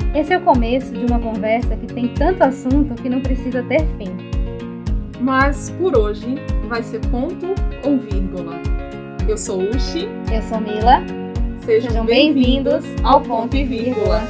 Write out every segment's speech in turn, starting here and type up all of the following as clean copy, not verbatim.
Esse é o começo de uma conversa que tem tanto assunto que não precisa ter fim. Mas por hoje vai ser ponto ou vírgula. Eu sou Uchi. Eu sou Mila. Sejam bem-vindos ao Ponto e Vírgula.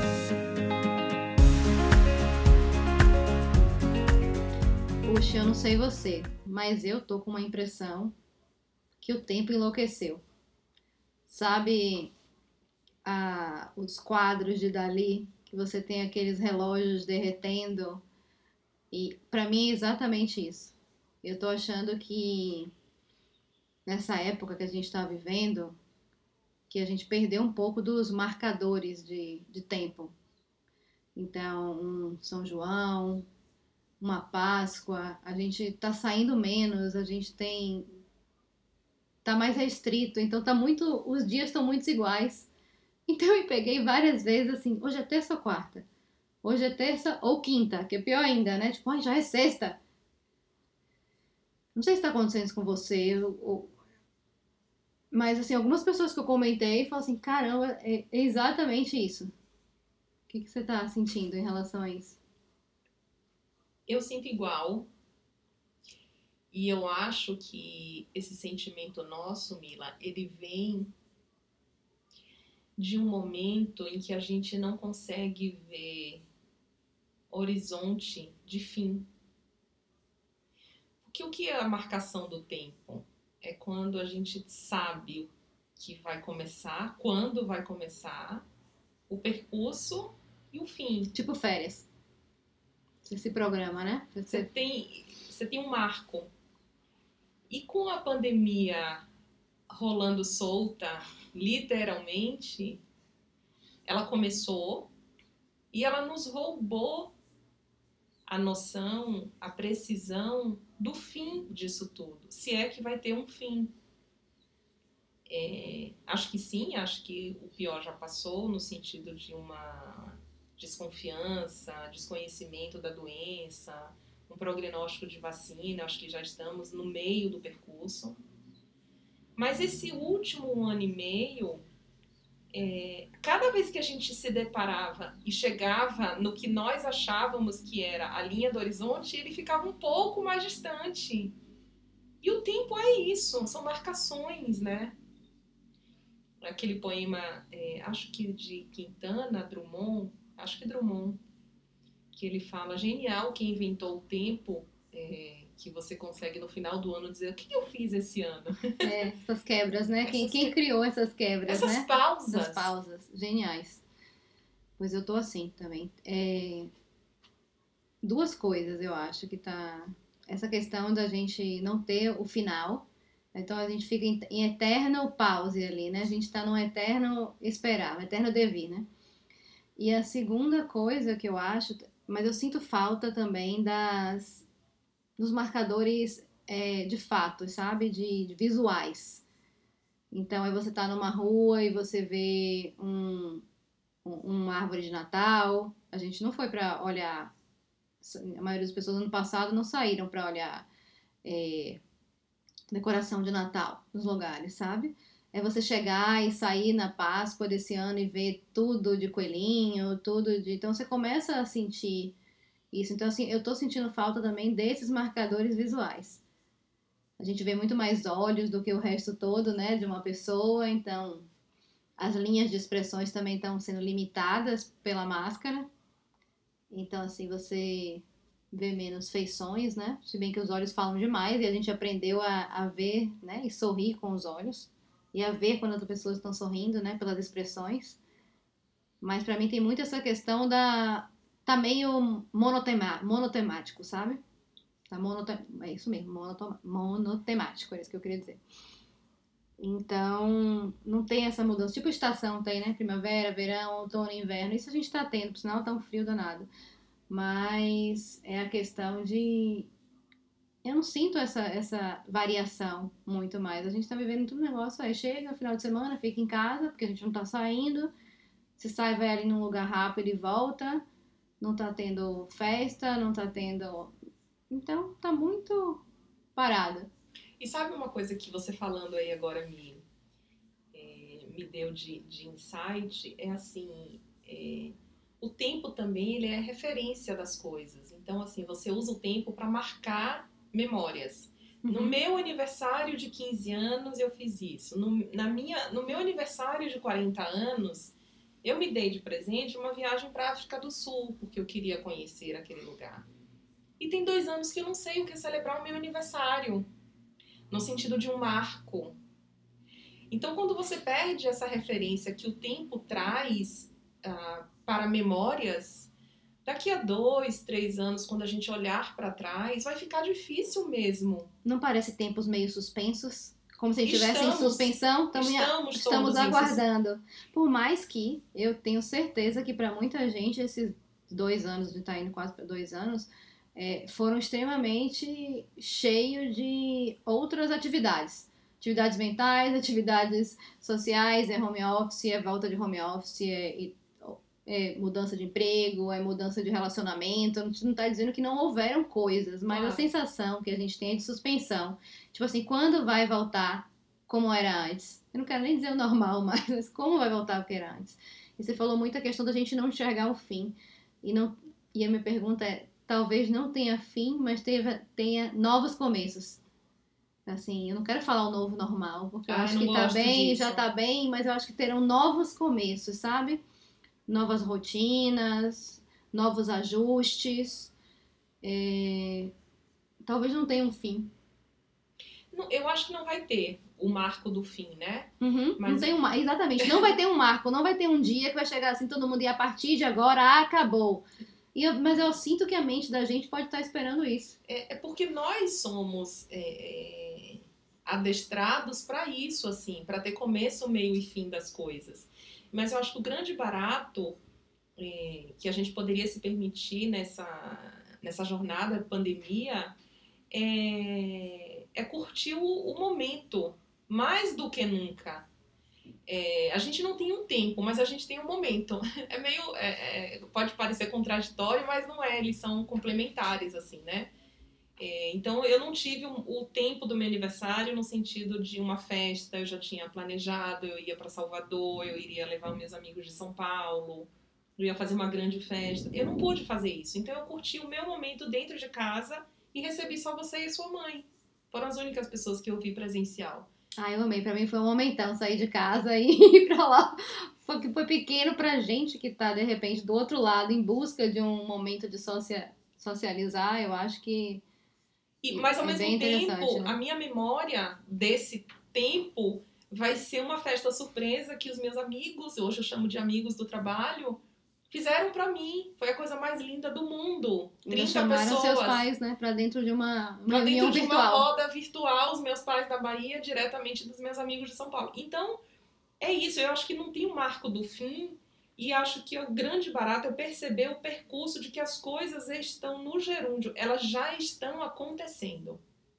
Puxa, eu não sei você, mas eu tô com uma impressão que o tempo enlouqueceu. Sabe, os quadros de Dalí, que você tem aqueles relógios derretendo? E pra mim é exatamente isso. Eu tô achando que nessa época que a gente tá vivendo, que a gente perdeu um pouco dos marcadores de tempo. Então, um São João, uma Páscoa, a gente tá saindo menos, a gente tá mais restrito, então os dias estão muito iguais. Então eu me peguei várias vezes assim, hoje é terça ou quarta? Hoje é terça ou quinta, que é pior ainda, né? Tipo, ai, já é sexta. Não sei se tá acontecendo isso com você, mas assim, algumas pessoas que eu comentei falam assim, caramba, é exatamente isso. O que você tá sentindo em relação a isso? Eu sinto igual, e eu acho que esse sentimento nosso, Mila, ele vem de um momento em que a gente não consegue ver horizonte de fim. Porque o que é a marcação do tempo? É quando a gente sabe o que vai começar, quando vai começar, o percurso e o fim. Tipo férias. Você se programa, né? Você tem um marco. E com a pandemia rolando solta, literalmente, ela começou e ela nos roubou a noção, a precisão do fim disso tudo. Se é que vai ter um fim. Acho que sim, acho que o pior já passou, no sentido de uma desconfiança, desconhecimento da doença, um prognóstico de vacina, acho que já estamos no meio do percurso. Mas esse último ano e meio, cada vez que a gente se deparava e chegava no que nós achávamos que era a linha do horizonte, ele ficava um pouco mais distante. E o tempo é isso, são marcações, né? Aquele poema, acho que de Quintana, Drummond, que ele fala, genial quem inventou o tempo, que você consegue no final do ano dizer o que eu fiz esse ano. Essas quebras, né? Quem criou essas quebras, essas né? pausas. Essas pausas, geniais. Pois eu tô assim também. Duas coisas eu acho que tá... Essa questão da gente não ter o final. Então a gente fica em eterno pause ali, né? A gente tá num eterno esperar, um eterno devir, né? E a segunda coisa que eu acho, mas eu sinto falta também dos marcadores de fato, sabe? De visuais. Então aí você tá numa rua e você vê uma árvore de Natal. A gente não foi pra olhar, a maioria das pessoas no ano passado não saíram pra olhar decoração de Natal nos lugares, sabe? É você chegar e sair na Páscoa desse ano e ver tudo de coelhinho, tudo de... Então você começa a sentir isso. Então, assim, eu tô sentindo falta também desses marcadores visuais. A gente vê muito mais olhos do que o resto todo, né, de uma pessoa. Então, as linhas de expressões também estão sendo limitadas pela máscara. Então, assim, você vê menos feições, né? Se bem que os olhos falam demais e a gente aprendeu a ver, né? E sorrir com os olhos. E a ver quando as pessoas estão sorrindo, né? Pelas expressões. Mas pra mim tem muito essa questão tá meio monotemático, sabe? É isso mesmo, monotemático, é isso que eu queria dizer. Então, não tem essa mudança. Tipo estação tem, né? Primavera, verão, outono, inverno. Isso a gente tá tendo, por sinal tá um frio danado. Mas é a questão de... Eu não sinto essa variação muito mais. A gente tá vivendo tudo negócio. Aí chega, final de semana, fica em casa, porque a gente não tá saindo. Se sai, vai ali num lugar rápido e volta. Não tá tendo festa, não tá tendo... Então, tá muito parado. E sabe uma coisa que você falando aí agora me deu de insight? É assim, o tempo também ele é referência das coisas. Então, assim, você usa o tempo para marcar memórias. No meu aniversário de 15 anos, eu fiz isso. No meu aniversário de 40 anos, eu me dei de presente uma viagem para a África do Sul, porque eu queria conhecer aquele lugar. E tem 2 anos que eu não sei o que é celebrar o meu aniversário, no sentido de um marco. Então, quando você perde essa referência que o tempo traz para memórias, daqui a 2, 3 anos, quando a gente olhar para trás, vai ficar difícil mesmo. Não parece tempos meio suspensos? Como se estivesse em suspensão? Estamos aguardando. Por mais que eu tenho certeza que para muita gente esses 2 anos, de estar indo quase para 2 anos, foram extremamente cheios de outras atividades. Atividades mentais, atividades sociais, home office, volta de home office, mudança de emprego, mudança de relacionamento. A gente não está dizendo que não houveram coisas, mas a sensação que a gente tem é de suspensão. Tipo assim, quando vai voltar como era antes? Eu não quero nem dizer o normal, mas como vai voltar o que era antes? E você falou muito a questão da gente não enxergar o fim. E a minha pergunta é, talvez não tenha fim, mas tenha novos começos. Assim, eu não quero falar o novo normal, porque eu acho que tá bem, já tá bem, mas eu acho que terão novos começos, sabe? Novas rotinas, novos ajustes. Talvez não tenha um fim. Eu acho que não vai ter o marco do fim, né? Mas... Não tem exatamente, não vai ter um marco, não vai ter um dia que vai chegar assim, todo mundo, e a partir de agora, acabou. Mas eu sinto que a mente da gente pode estar esperando isso. É porque nós somos adestrados para isso, assim, para ter começo, meio e fim das coisas. Mas eu acho que o grande barato que a gente poderia se permitir nessa jornada de pandemia é curtir o momento, mais do que nunca. A gente não tem um tempo, mas a gente tem um momento. Pode parecer contraditório, mas não é. Eles são complementares, assim, né? Então, eu não tive o tempo do meu aniversário no sentido de uma festa. Eu já tinha planejado, eu ia para Salvador, eu iria levar meus amigos de São Paulo, eu ia fazer uma grande festa. Eu não pude fazer isso. Então, eu curti o meu momento dentro de casa e recebi só você e sua mãe. Foram as únicas pessoas que eu vi presencial. Eu amei. Pra mim foi um momentão sair de casa e ir pra lá. Foi pequeno pra gente que tá, de repente, do outro lado, em busca de um momento de socializar. Eu acho que mas, ao mesmo tempo, né? A minha memória desse tempo vai ser uma festa surpresa que os meus amigos, hoje eu chamo de amigos do trabalho, fizeram pra mim. Foi a coisa mais linda do mundo. 30 chamaram pessoas. Seus pais, né, pra dentro de uma reunião virtual. De uma roda virtual, os meus pais da Bahia, diretamente dos meus amigos de São Paulo. Então, é isso. Eu acho que não tem um marco do fim. E acho que o grande barato é perceber o percurso de que as coisas estão no gerúndio. Elas já estão acontecendo.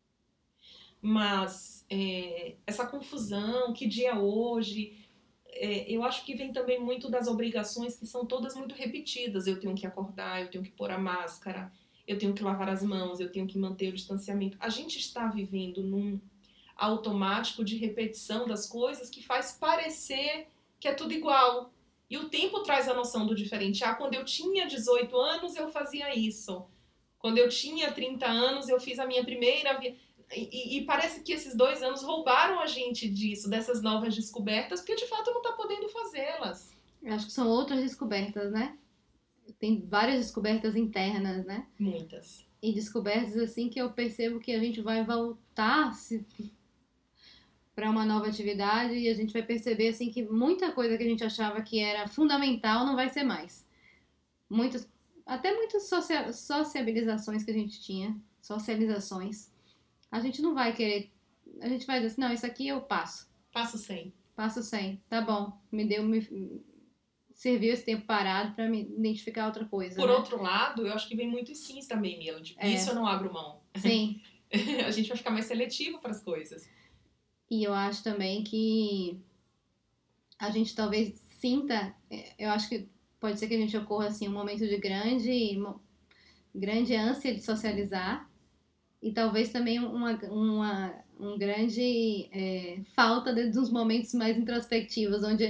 Mas essa confusão, que dia é hoje... eu acho que vem também muito das obrigações que são todas muito repetidas. Eu tenho que acordar, eu tenho que pôr a máscara, eu tenho que lavar as mãos, eu tenho que manter o distanciamento. A gente está vivendo num automático de repetição das coisas que faz parecer que é tudo igual. E o tempo traz a noção do diferente. Quando eu tinha 18 anos, eu fazia isso. Quando eu tinha 30 anos, eu fiz a minha primeira... E parece que esses 2 anos roubaram a gente disso, dessas novas descobertas, porque de fato não está podendo fazê-las. Eu acho que são outras descobertas, né? Tem várias descobertas internas, né? Muitas. E descobertas assim que eu percebo que a gente vai voltar para uma nova atividade e a gente vai perceber assim que muita coisa que a gente achava que era fundamental não vai ser mais. Até muitas sociabilizações que a gente tinha, socializações. A gente não vai querer... A gente vai dizer assim, não, isso aqui eu passo. Passo sem. Tá bom. Serviu esse tempo parado para me identificar outra coisa. Por outro lado, eu acho que vem muito sims também, Mila. Isso eu não abro mão. Sim. A gente vai ficar mais seletivo para as coisas. E eu acho também que a gente talvez sinta... Eu acho que pode ser que a gente ocorra assim, um momento de grande ânsia de socializar. E talvez também uma grande falta dos momentos mais introspectivos, onde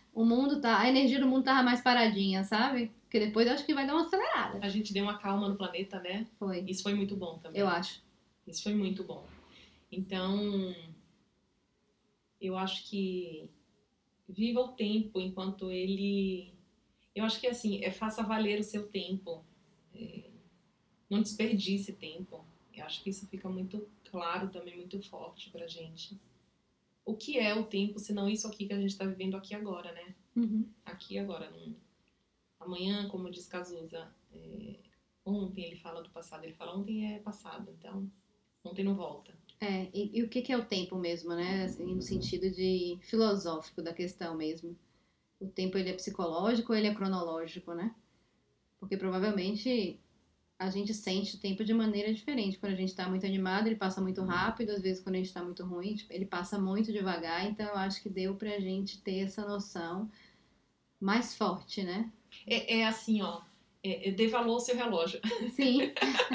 a energia do mundo tava mais paradinha, sabe? Porque depois eu acho que vai dar uma acelerada. A gente deu uma calma no planeta, né? Foi, Isso foi muito bom também. eu acho. Isso foi muito bom. Então, eu acho que viva o tempo enquanto ele... Eu acho que, assim, faça valer o seu tempo. Não desperdice tempo. Eu acho que isso fica muito claro também, muito forte pra gente. O que é o tempo, se não isso aqui que a gente tá vivendo aqui agora, né? Uhum. Aqui agora. Amanhã, como diz Cazuza, ontem ele fala do passado. Ele fala ontem é passado, então ontem não volta. E o que é o tempo mesmo, né? Assim, no sentido de filosófico da questão mesmo. O tempo, ele é psicológico ou ele é cronológico, né? Porque provavelmente a gente sente o tempo de maneira diferente. Quando a gente tá muito animado, ele passa muito rápido. Às vezes, quando a gente tá muito ruim, ele passa muito devagar. Então, eu acho que deu pra gente ter essa noção mais forte, né? É assim, ó. Dê valor ao seu relógio. Sim.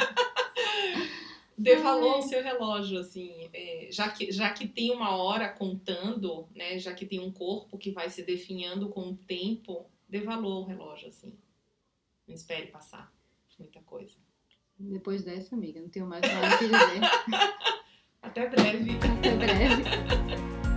Dê valor ao seu relógio, assim. Já que tem uma hora contando, né? Já que tem um corpo que vai se definhando com o tempo, dê valor ao relógio, assim. Não espere passar muita coisa. Depois dessa, amiga, não tenho mais nada o que dizer. Até breve. Até breve.